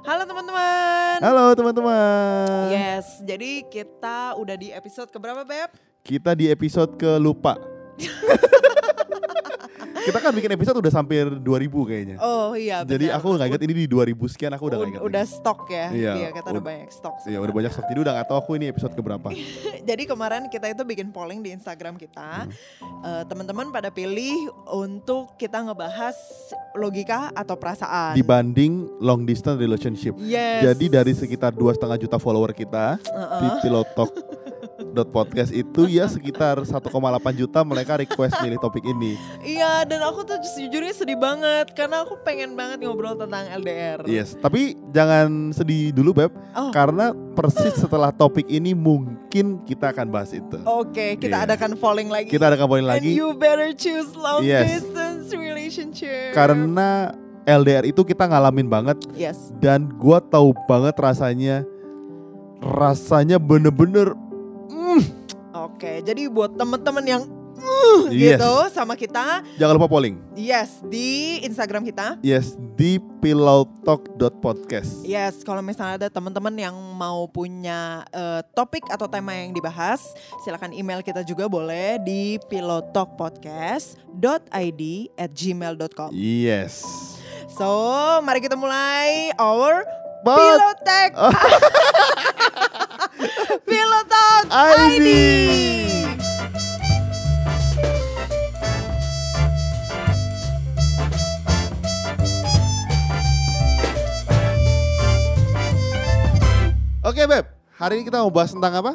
Halo teman-teman. Halo teman-teman. Yes, jadi kita udah di episode keberapa, Beb? Kita di episode ke lupa. Kita kan bikin episode udah hampir 2000 kayaknya. Oh iya, benar. Jadi aku gak ingat ini di 2000 sekian, aku udah gak ingat. Udah stok ya. Iya, kita udah banyak stok. Iya, udah banyak stok. Jadi udah gak tahu aku ini episode keberapa. Jadi kemarin kita itu bikin polling di Instagram kita. Teman-teman pada pilih untuk kita ngebahas logika atau perasaan. Dibanding long distance relationship. Yes. Jadi dari sekitar 2,5 juta follower kita di pilotalk.podcast itu ya sekitar 1,8 juta mereka request milih topik ini. Iya, dan aku tuh sejujurnya sedih banget karena aku pengen banget ngobrol tentang LDR. Yes, tapi jangan sedih dulu Beb, karena persis setelah topik ini mungkin kita akan bahas itu. Oke, kita adakan polling lagi. Kita adakan polling lagi. And you better choose long distance relationship. Karena LDR itu kita ngalamin banget. Yes. Dan gua tahu banget rasanya bener-bener. Oke, jadi buat teman-teman yang Yes. gitu sama kita, jangan lupa polling. Yes, di Instagram kita. Yes, di pilotalk.podcast. Yes, kalau misalnya ada teman-teman yang mau punya topik atau tema yang dibahas, silakan email kita juga boleh di pilotalkpodcast.id@gmail.com. Yes. So, mari kita mulai our Pilotalk Pilotalk ID. Oke Beb, hari ini kita mau bahas tentang apa?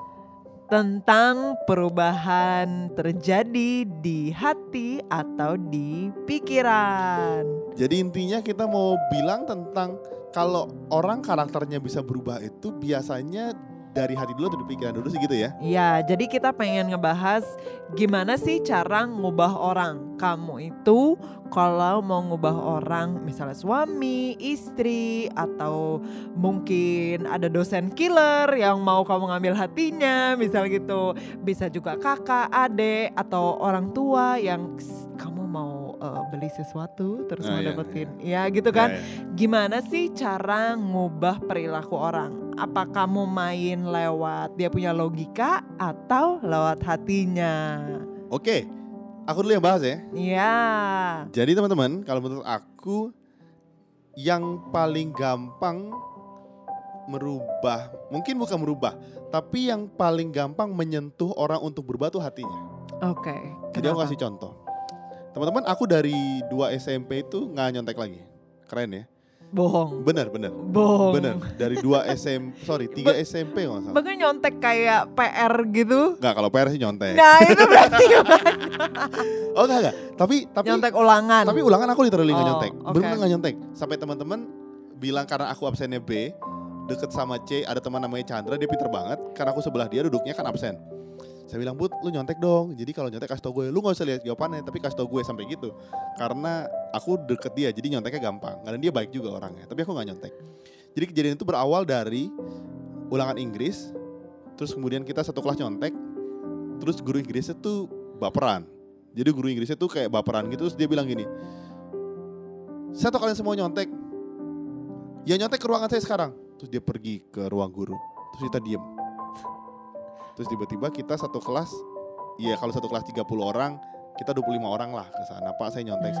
Tentang perubahan terjadi di hati atau di pikiran. Jadi intinya kita mau bilang tentang kalau orang karakternya bisa berubah itu biasanya dari hati dulu atau dari pikiran dulu sih gitu ya? Ya, jadi kita pengen ngebahas gimana sih cara ngubah orang. Kamu itu kalau mau ngubah orang, misalnya suami, istri, atau mungkin ada dosen killer yang mau kamu ngambil hatinya, misal gitu. Bisa juga kakak, adik, atau orang tua yang kamu mau beli sesuatu terus mau dapetin. Ya gitu kan. Gimana sih cara ngubah perilaku orang? Apa kamu main lewat dia punya logika atau lewat hatinya? Oke, aku dulu yang bahas ya. Iya. Jadi teman-teman, kalau menurut aku yang paling gampang merubah, mungkin bukan merubah, tapi yang paling gampang menyentuh orang untuk berubah tuh hatinya. Oke. Jadi aku kasih contoh. Teman-teman, aku dari 2 SMP itu gak nyontek lagi. Keren ya? Bohong. Bener. Bohong. Bener. Dari 3 SMP kalau gak salah. Bahkan nyontek kayak PR gitu. Enggak, kalau PR sih nyontek. Nah itu berarti gimana? Oh enggak. Tapi nyontek ulangan. Tapi ulangan aku literally gak nyontek. Okay. Bener-bener gak nyontek. Sampai teman-teman bilang karena aku absennya B, deket sama C, ada teman namanya Chandra, dia pinter banget. Karena aku sebelah dia, duduknya kan absen. Saya bilang, Bud, lu nyontek dong. Jadi kalau nyontek kasih tau gue. Lu gak usah lihat jawabannya, tapi kasih tau gue sampai gitu. Karena aku deket dia, jadi nyonteknya gampang. Karena dia baik juga orangnya, tapi aku gak nyontek. Jadi kejadian itu berawal dari ulangan Inggris. Terus kemudian kita satu kelas nyontek. Terus guru Inggrisnya tuh baperan. Jadi guru Inggrisnya tuh kayak baperan gitu. Terus dia bilang gini, saya tau kalian semua nyontek. Ya nyontek ke ruangan saya sekarang. Terus dia pergi ke ruang guru. Terus kita diem. Terus tiba-tiba kita satu kelas, ya kalau satu kelas 30 orang, kita 25 orang lah ke sana. Pak, saya nyontek.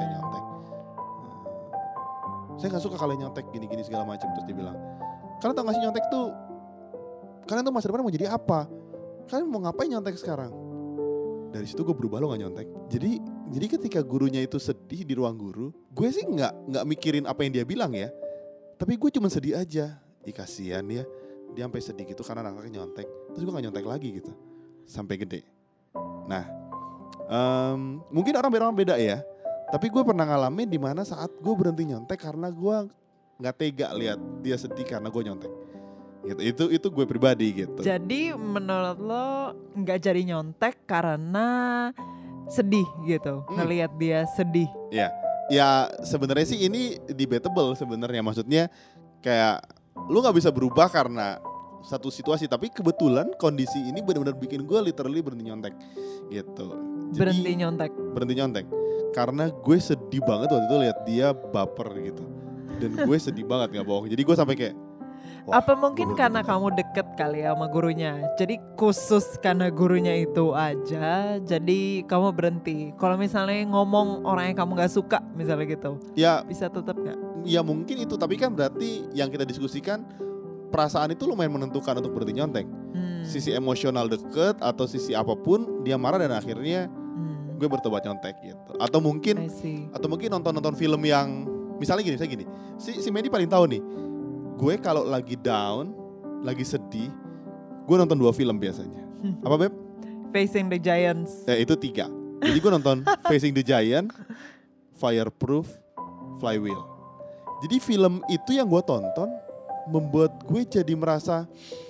Saya gak suka kalian nyontek gini-gini segala macam. Terus dia bilang, kalian tau gak sih nyontek tuh, kalian tuh masa depan mau jadi apa? Kalian mau ngapain nyontek sekarang? Dari situ gue berubah, lo gak nyontek. Jadi ketika gurunya itu sedih di ruang guru, gue sih gak mikirin apa yang dia bilang ya. Tapi gue cuma sedih aja. Ih kasihan ya. Dia sampai sedih gitu karena anaknya nyontek. Terus gue gak nyontek lagi gitu sampai gede. Nah mungkin orang beda ya. Tapi gue pernah ngalamin di mana saat gue berhenti nyontek karena gue gak tega lihat dia sedih karena gue nyontek gitu. Itu gue pribadi gitu. Jadi menurut lo gak jadi nyontek karena sedih gitu, ngelihat dia sedih. Ya sebenarnya sih ini debatable sebenarnya. Maksudnya kayak lu gak bisa berubah karena satu situasi, tapi kebetulan kondisi ini benar-benar bikin gue literally berhenti nyontek gitu. Jadi, berhenti nyontek karena gue sedih banget waktu itu lihat dia baper gitu. Dan gue sedih banget gak bohong. Jadi gue sampai kayak apa mungkin karena kamu deket kali ya sama gurunya. Jadi khusus karena gurunya itu aja, jadi kamu berhenti. Kalau misalnya ngomong orang yang kamu gak suka misalnya gitu, ya bisa tetap gak? ya mungkin itu. Tapi kan berarti yang kita diskusikan, perasaan itu lumayan menentukan untuk berhenti nyontek. Sisi emosional deket atau sisi apapun, dia marah dan akhirnya gue bertobat nyontek gitu. Atau mungkin nonton film yang misalnya gini, si Mandy paling tahu nih. Gue kalau lagi down, lagi sedih, gue nonton 2 film biasanya. Apa Beb? Facing the Giants. Itu 3. Jadi gue nonton Facing the Giant, Fireproof, Flywheel. Jadi film itu yang gue tonton membuat gue jadi merasa,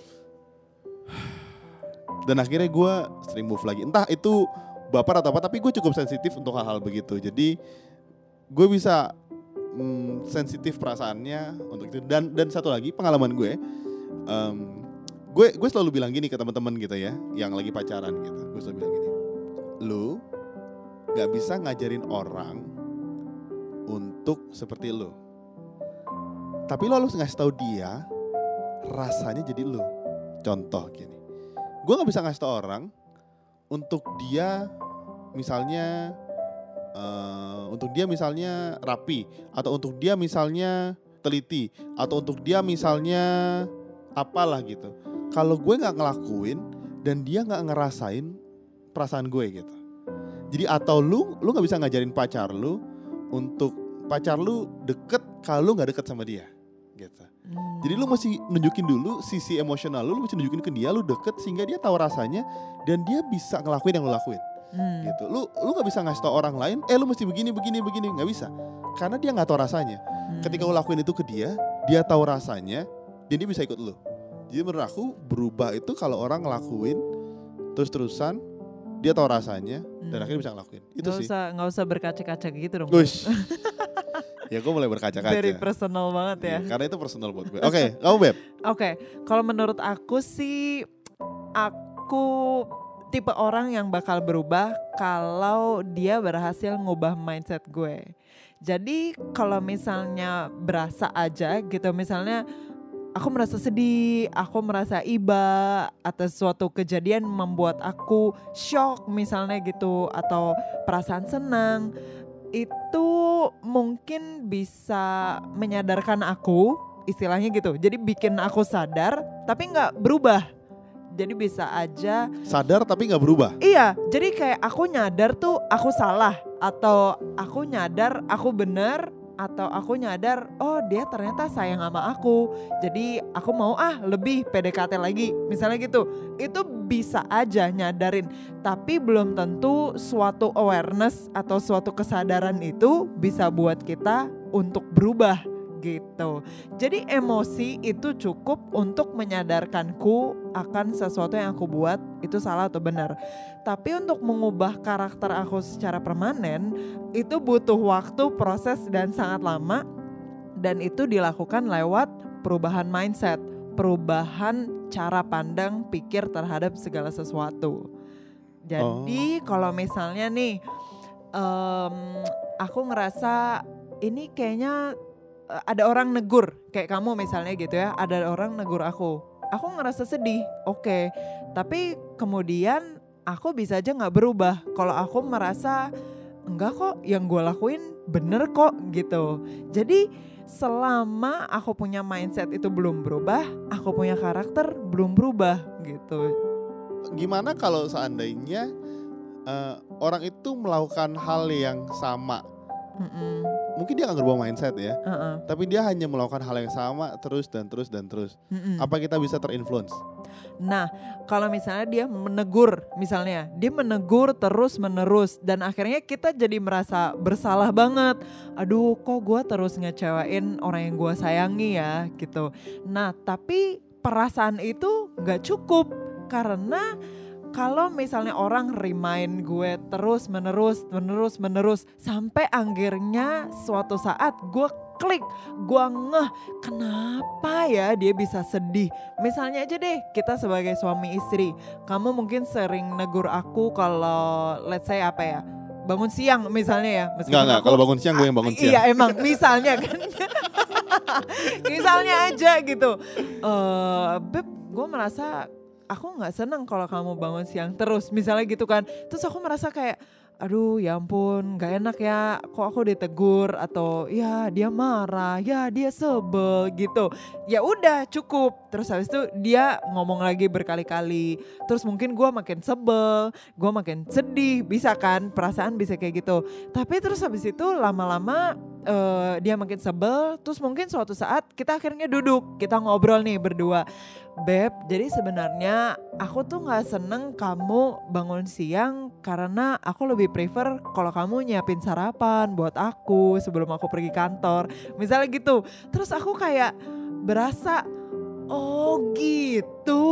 dan akhirnya gue sering move lagi. Entah itu baper atau apa, tapi gue cukup sensitif untuk hal-hal begitu. Jadi gue bisa sensitif perasaannya untuk itu. Dan satu lagi pengalaman gue, gue selalu bilang gini ke teman-teman gitu ya, yang lagi pacaran gitu. Gue selalu bilang gini, lu nggak bisa ngajarin orang untuk seperti lu, tapi lo harus ngasih tahu dia rasanya jadi lu. Contoh gini, gue nggak bisa ngasih tahu orang untuk dia misalnya rapi, atau untuk dia misalnya teliti, atau untuk dia misalnya apalah gitu. Kalau gue nggak ngelakuin dan dia nggak ngerasain perasaan gue gitu. Jadi atau lu nggak bisa ngajarin pacar lu untuk pacar lu deket kalau lu nggak deket sama dia gitu. Jadi lu mesti nunjukin dulu sisi emosional lu mesti nunjukin ke dia lu deket sehingga dia tahu rasanya dan dia bisa ngelakuin yang lu lakuin. Gitu. Lu nggak bisa ngasih tau orang lain, lu mesti begini, nggak bisa, karena dia nggak tahu rasanya. Ketika lu lakuin itu ke dia tahu rasanya, dan dia bisa ikut lu. Jadi menurut aku berubah itu kalau orang ngelakuin terus-terusan, dia tahu rasanya dan akhirnya bisa ngelakuin. Itu nggak usah berkaca-kaca gitu dong. Ya gue mulai berkaca-kaca. Very personal banget ya. Karena itu personal buat gue. Oke, kamu Beb? Oke, kalau menurut aku sih, aku tipe orang yang bakal berubah kalau dia berhasil ngubah mindset gue. Jadi kalau misalnya berasa aja gitu, misalnya aku merasa sedih, aku merasa iba atas suatu kejadian membuat aku shock misalnya gitu, atau perasaan senang, itu mungkin bisa menyadarkan aku, istilahnya gitu. Jadi bikin aku sadar tapi gak berubah. Jadi bisa aja sadar tapi gak berubah. Iya, jadi kayak aku nyadar tuh aku salah, atau aku nyadar aku benar, atau aku nyadar oh dia ternyata sayang sama aku, jadi aku mau lebih PDKT lagi misalnya gitu. Itu bisa aja nyadarin, tapi belum tentu suatu awareness atau suatu kesadaran itu bisa buat kita untuk berubah gitu. Jadi emosi itu cukup untuk menyadarkanku akan sesuatu yang aku buat itu salah atau benar. Tapi untuk mengubah karakter aku secara permanen itu butuh waktu, proses, dan sangat lama. Dan itu dilakukan lewat perubahan mindset, perubahan cara pandang pikir terhadap segala sesuatu. Jadi kalau misalnya nih aku ngerasa ini kayaknya ada orang negur, kayak kamu misalnya gitu ya, ada orang negur aku ngerasa sedih, oke. Tapi kemudian aku bisa aja gak berubah kalau aku merasa enggak kok, yang gue lakuin bener kok gitu. Jadi selama aku punya mindset itu belum berubah, aku punya karakter belum berubah gitu. Gimana kalau seandainya orang itu melakukan hal yang sama? Mungkin dia gak ngerubah mindset ya, tapi dia hanya melakukan hal yang sama terus. Apa kita bisa terinfluence? Nah, kalau misalnya dia menegur, dia menegur terus menerus, dan akhirnya kita jadi merasa bersalah banget. Aduh, kok gue terus ngecewain orang yang gue sayangi ya gitu. Nah, tapi perasaan itu gak cukup, karena kalau misalnya orang remind gue terus menerus sampai akhirnya suatu saat gue klik, gue ngeh kenapa ya dia bisa sedih. Misalnya aja deh kita sebagai suami istri, kamu mungkin sering negur aku kalau let's say bangun siang misalnya ya. Enggak, kalau bangun siang gue yang bangun siang. Iya emang misalnya kan. Misalnya aja gitu. Beb, gue merasa aku nggak senang kalau kamu bangun siang terus. Misalnya gitu kan. Terus aku merasa kayak, aduh ya ampun gak enak ya kok aku ditegur. Atau ya dia marah, ya dia sebel gitu. Ya udah cukup. Terus habis itu dia ngomong lagi berkali-kali. Terus mungkin gue makin sebel, gue makin sedih. Bisa kan, perasaan bisa kayak gitu. Tapi terus habis itu lama-lama dia makin sebel. Terus mungkin suatu saat kita akhirnya duduk, kita ngobrol nih berdua. Beb, jadi sebenarnya aku tuh gak seneng kamu bangun siang karena aku lebih prefer kalau kamu nyiapin sarapan buat aku sebelum aku pergi kantor. Misalnya gitu. Terus aku kayak berasa, oh gitu,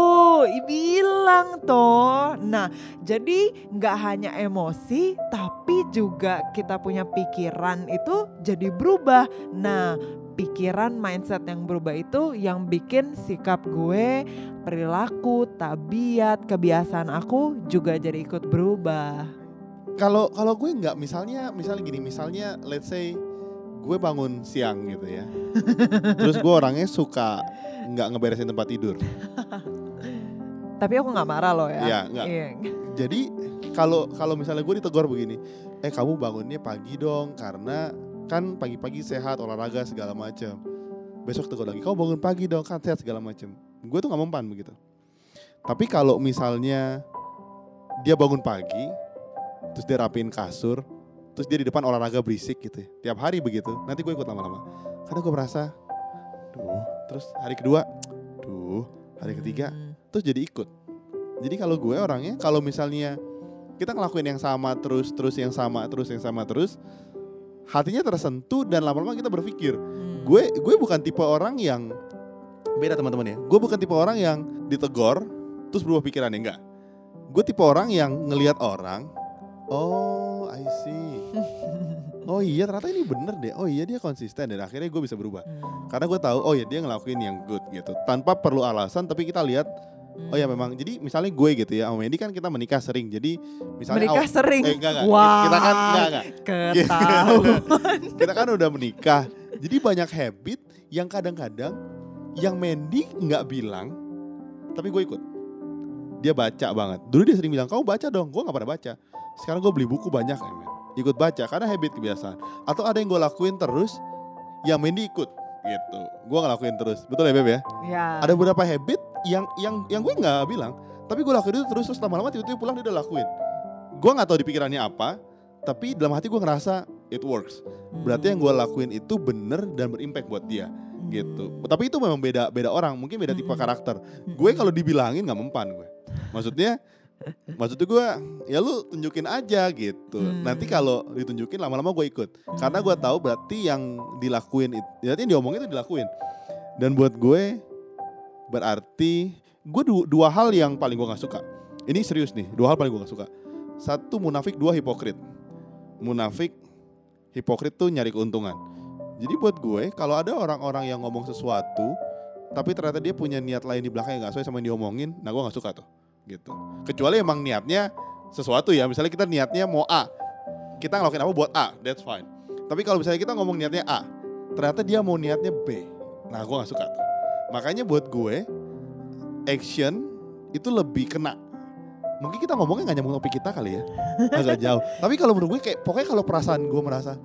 bilang toh. Nah, jadi gak hanya emosi tapi juga kita punya pikiran itu jadi berubah. Nah, pikiran, mindset yang berubah itu yang bikin sikap gue, perilaku, tabiat, kebiasaan aku juga jadi ikut berubah. Kalau gue nggak, misalnya gini, misalnya let's say gue bangun siang gitu ya. Terus gue orangnya suka nggak ngeberesin tempat tidur. Tapi aku nggak marah loh ya. Iya, nggak. Iya. Jadi kalau misalnya gue ditegur begini, kamu bangunnya pagi dong karena kan pagi-pagi sehat, olahraga segala macam. Besok tegur lagi, kamu bangun pagi dong kan sehat segala macam. Gue tuh nggak mempan begitu. Tapi kalau misalnya dia bangun pagi, terus dia rapiin kasur, terus dia di depan olahraga berisik gitu, tiap hari begitu, nanti gue ikut lama-lama. Karena gue merasa, terus hari kedua, hari ketiga, terus jadi ikut. Jadi kalau gue orangnya, kalau misalnya kita ngelakuin yang sama terus yang sama terus, hatinya tersentuh dan lama-lama kita berpikir. Gue bukan tipe orang yang beda teman-teman ya. Gue bukan tipe orang yang ditegor terus berubah pikirannya, enggak. Gue tipe orang yang ngelihat orang, oh I see. Oh iya ternyata ini bener deh. Oh iya dia konsisten dan akhirnya gue bisa berubah. Karena gue tahu oh ya dia ngelakuin yang good gitu. Tanpa perlu alasan tapi kita lihat oh ya memang. Jadi misalnya gue gitu ya, sama Mendy kan kita menikah sering. Jadi misalnya menikah sering. Enggak. Wah, kita kan enggak. Ketahuan. Kita kan udah menikah. Jadi banyak habit yang kadang-kadang yang Mendy enggak bilang tapi gue ikut. Dia baca banget. Dulu dia sering bilang, "Kamu baca dong." Gue enggak pernah baca. Sekarang gue beli buku banyak ya, men. Ikut baca karena habit, kebiasaan. Atau ada yang gue lakuin terus yang Mendy ikut gitu. Gue ngelakuin terus. Betul ya, Beb ya? Ya. Ada beberapa habit yang gue nggak bilang, tapi gue lakuin itu terus lama-lama tiba-tiba pulang dia udah lakuin. Gue nggak tahu di pikirannya apa, tapi dalam hati gue ngerasa it works. Berarti yang gue lakuin itu bener dan berimpact buat dia, gitu. Tapi itu memang beda orang, mungkin beda tipe karakter. Gue kalau dibilangin nggak mempan gue. Maksudnya gue ya lu tunjukin aja gitu. Nanti kalau ditunjukin lama-lama gue ikut, karena gue tahu berarti yang dilakuin itu, berarti yang diomongin itu dilakuin. Dan buat gue berarti gue dua hal yang paling gue gak suka. Ini serius nih, dua hal paling gue gak suka. Satu munafik, dua hipokrit. Munafik, hipokrit tuh nyari keuntungan. Jadi buat gue kalau ada orang-orang yang ngomong sesuatu tapi ternyata dia punya niat lain di belakang yang gak sesuai sama yang diomongin, nah gue gak suka tuh gitu. Kecuali emang niatnya sesuatu ya, misalnya kita niatnya mau A, kita ngelakuin apa buat A, that's fine. Tapi kalau misalnya kita ngomong niatnya A, ternyata dia mau niatnya B, nah gue gak suka tuh. Makanya buat gue action itu lebih kena. Mungkin kita ngomongnya gak nyambung topik kita kali ya, agak jauh. Tapi kalau menurut gue kayak pokoknya kalau perasaan gue merasa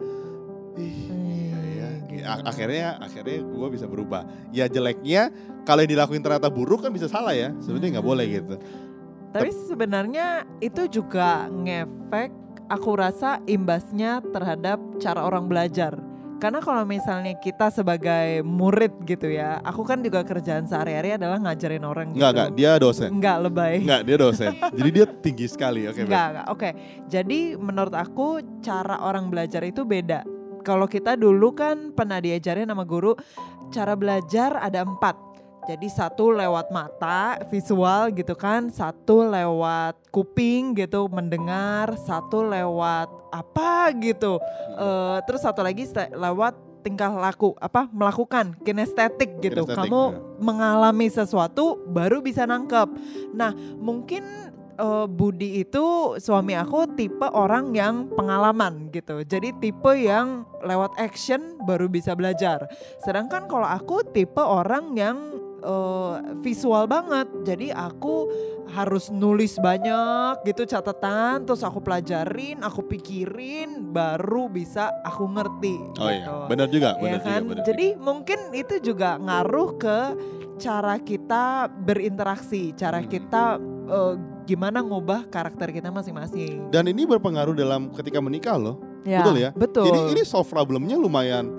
akhirnya gue bisa berubah. Ya jeleknya kalau yang dilakuin ternyata buruk kan bisa salah ya. Sebenarnya nggak boleh gitu. Tapi sebenarnya itu juga ngefek, aku rasa imbasnya terhadap cara orang belajar. Karena kalau misalnya kita sebagai murid gitu ya, aku kan juga kerjaan sehari-hari adalah ngajarin orang gitu. Enggak, dia dosen. Enggak, lebay. Enggak, dia dosen. Jadi dia tinggi sekali. Enggak. Oke. Jadi menurut aku cara orang belajar itu beda. Kalau kita dulu kan pernah diajarin sama guru, cara belajar ada 4. Jadi 1 lewat mata, visual gitu kan, 1 lewat kuping gitu, mendengar, 1 lewat apa gitu. Terus 1 lagi lewat tingkah laku, melakukan kinestetik gitu. Kamu mengalami sesuatu baru bisa nangkep. Nah mungkin Budi itu suami aku tipe orang yang pengalaman gitu. Jadi tipe yang lewat action baru bisa belajar. Sedangkan kalau aku tipe orang yang visual banget. Jadi aku harus nulis banyak gitu catatan, terus aku pelajarin, aku pikirin, baru bisa aku ngerti. Oh gitu. iya, benar juga. Ya kan? Jadi mungkin itu juga ngaruh ke cara kita berinteraksi, cara kita gimana ngubah karakter kita masing-masing. Dan ini berpengaruh dalam ketika menikah loh. Ya, betul ya? Betul. Ini solve problemnya lumayan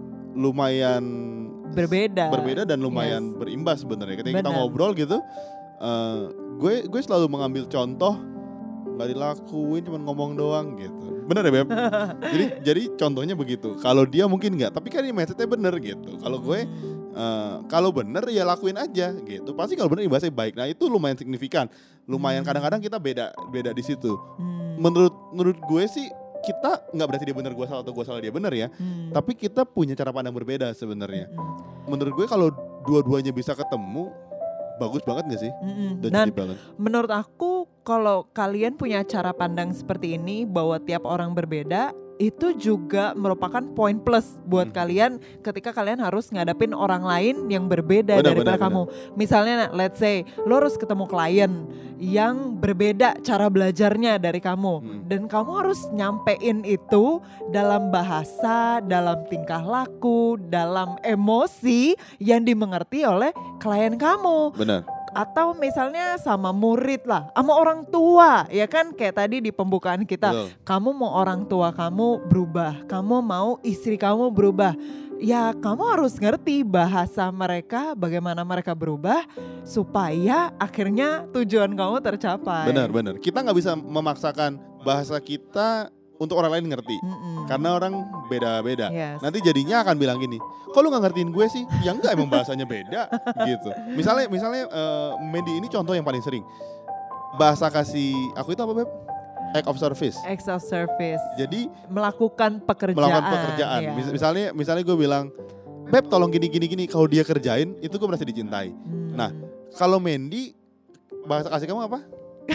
berbeda dan lumayan berimbas sebenarnya. Ketika kita ngobrol gitu, gue selalu mengambil contoh, nggak dilakuin, cuma ngomong doang gitu. Bener ya Beb? jadi contohnya begitu. Kalau dia mungkin nggak, tapi kan ini mindsetnya bener gitu. Kalau gue kalau bener ya lakuin aja gitu. Pasti kalau bener imbasnya baik. Nah itu lumayan signifikan. Lumayan kadang-kadang kita beda di situ. Menurut gue sih kita nggak berarti dia benar gue salah atau gue salah dia benar ya. Tapi kita punya cara pandang berbeda sebenarnya. Menurut gue kalau dua-duanya bisa ketemu, bagus banget gak sih? Dan menurut aku kalau kalian punya cara pandang seperti ini bahwa tiap orang berbeda, itu juga merupakan poin plus buat kalian ketika kalian harus ngadapin orang lain yang berbeda daripada kamu. Misalnya let's say lo harus ketemu klien yang berbeda cara belajarnya dari kamu, dan kamu harus nyampein itu dalam bahasa, dalam tingkah laku, dalam emosi yang dimengerti oleh klien kamu. Benar. Atau misalnya sama murid lah, sama orang tua, ya kan kayak tadi di pembukaan kita. Betul. Kamu mau orang tua kamu berubah, kamu mau istri kamu berubah. Ya kamu harus ngerti bahasa mereka, bagaimana mereka berubah supaya akhirnya tujuan kamu tercapai. Benar. Kita gak bisa memaksakan bahasa kita untuk orang lain ngerti. Karena orang beda-beda. Yes. Nanti jadinya akan bilang gini, kok lu gak ngertiin gue sih? Ya enggak, emang bahasanya beda gitu. Misalnya Mandy ini contoh yang paling sering. Bahasa kasih aku itu apa Beb? Act of service. Jadi melakukan pekerjaan. Iya. Misalnya gue bilang, Beb tolong gini. Kalau dia kerjain itu gue merasa dicintai. Nah kalau Mandy, bahasa kasih kamu apa?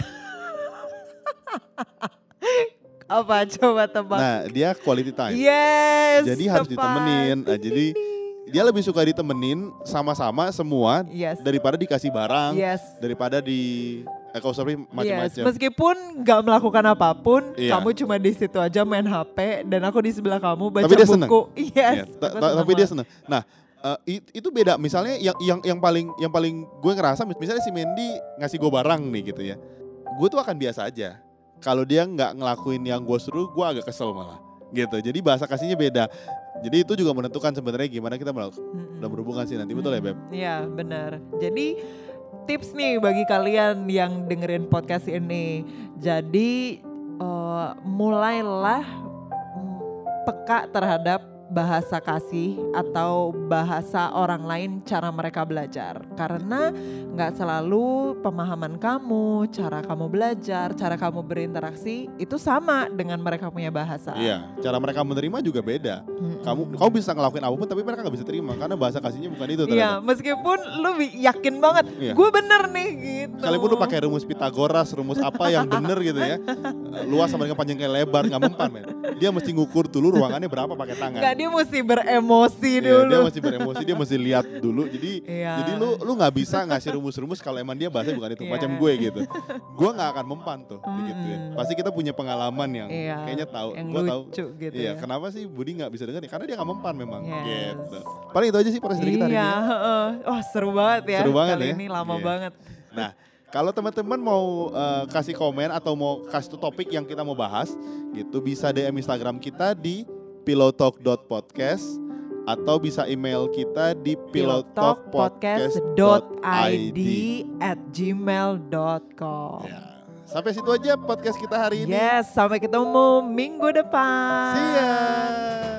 Apa coba tebak? Nah dia quality time. Yes. Jadi harus ditemenin. Nah, jadi dia lebih suka ditemenin sama-sama semua daripada dikasih barang, daripada di ekoservis macam-macam. Meskipun nggak melakukan apapun, kamu cuma di situ aja main HP dan aku di sebelah kamu baca buku. Tapi dia seneng. Nah itu beda. Misalnya yang paling gue ngerasa, misalnya si Mandy ngasih gue barang nih gitu ya, gue tuh akan biasa aja. Kalau dia nggak ngelakuin yang gue suruh, gue agak kesel malah gitu. Jadi bahasa kasihnya beda. Jadi itu juga menentukan sebenarnya gimana kita dalam berhubungan sih nanti. Betul ya Beb? Iya benar. Jadi tips nih bagi kalian yang dengerin podcast ini. Jadi mulailah peka terhadap bahasa kasih atau bahasa orang lain cara mereka belajar. Karena gak selalu pemahaman kamu, cara kamu belajar, cara kamu berinteraksi itu sama dengan mereka punya bahasa. Iya, cara mereka menerima juga beda. Kamu bisa ngelakuin apapun tapi mereka gak bisa terima karena bahasa kasihnya bukan itu. Iya, meskipun lu yakin banget, gue bener nih gitu. Sekalipun lu pakai rumus Pitagoras, rumus apa yang bener gitu ya, luas sama dengan panjang kayak lebar, gak mempan men. Dia mesti ngukur dulu ruangannya berapa pakai tangan. Dia mesti beremosi dulu. Dia mesti beremosi, dia mesti lihat dulu. Jadi lu nggak bisa ngasih rumus-rumus kalau emang dia bahasanya bukan itu. Macam gue gitu. Gue nggak akan mempan tuh digituin. Pasti kita punya pengalaman yang kayaknya tahu. Gue tahu. Gitu iya, kenapa sih Budi nggak bisa dengar? Karena dia nggak mempan memang. Gitu. Paling itu aja sih podcast dari kita hari ini. Oh seru banget ya. Seru banget kali ya. Ini lama banget. Nah. Kalau teman-teman mau kasih komen atau mau kasih topik yang kita mau bahas gitu, bisa DM Instagram kita di pillowtalk.podcast atau bisa email kita di pillowtalkpodcast.id@gmail.com. Ya. Sampai situ aja podcast kita hari ini. Yes, sampai ketemu minggu depan. See ya.